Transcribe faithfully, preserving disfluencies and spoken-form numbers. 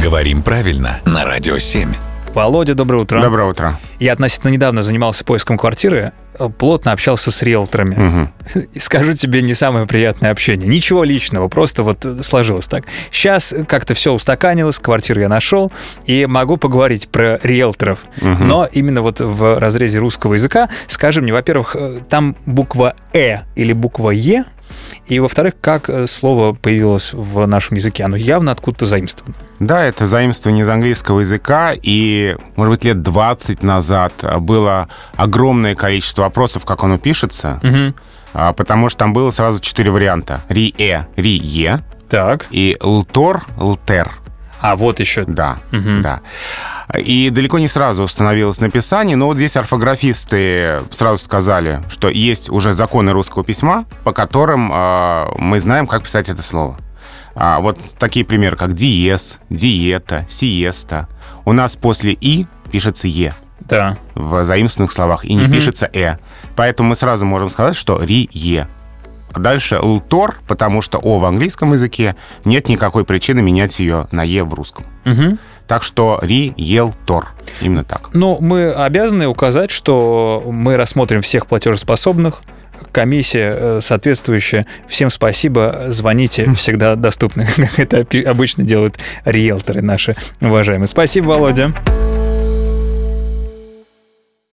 Говорим правильно на Радио семь. Володя, доброе утро. Доброе утро. Я относительно недавно занимался поиском квартиры, плотно общался с риэлторами. Угу. Скажу тебе, не самое приятное общение. Ничего личного, просто вот сложилось так. Сейчас как-то все устаканилось, квартиру я нашел, и могу поговорить про риэлторов. Угу. Но именно вот в разрезе русского языка, скажи мне, во-первых, там буква «э» или буква «е», и, во-вторых, как слово появилось в нашем языке? Оно явно откуда-то заимствовано. Да, это заимствование из английского языка, и, может быть, лет двадцать назад было огромное количество вопросов, как оно пишется, угу. потому что там было сразу четыре варианта. Ри-э, ри-е, так. и лтор, лтер. А, вот еще. Да, угу. да. И далеко не сразу установилось написание, но вот здесь орфографисты сразу сказали, что есть уже законы русского письма, по которым э, мы знаем, как писать это слово. А, вот такие примеры, как диез, диета, сиеста. У нас после «и» пишется «е». Да. В заимствованных словах, и не угу. пишется «э». Поэтому мы сразу можем сказать, что «ри-е». А дальше «лтор», потому что «о» в английском языке, нет никакой причины менять ее на «е» в русском. Угу. Так что ри-ел-тор. Именно так. Ну, мы обязаны указать, что мы рассмотрим всех платежеспособных. Комиссия соответствующая. Всем спасибо. Звоните. Всегда доступны. Как это обычно делают риэлторы наши уважаемые. Спасибо, Володя.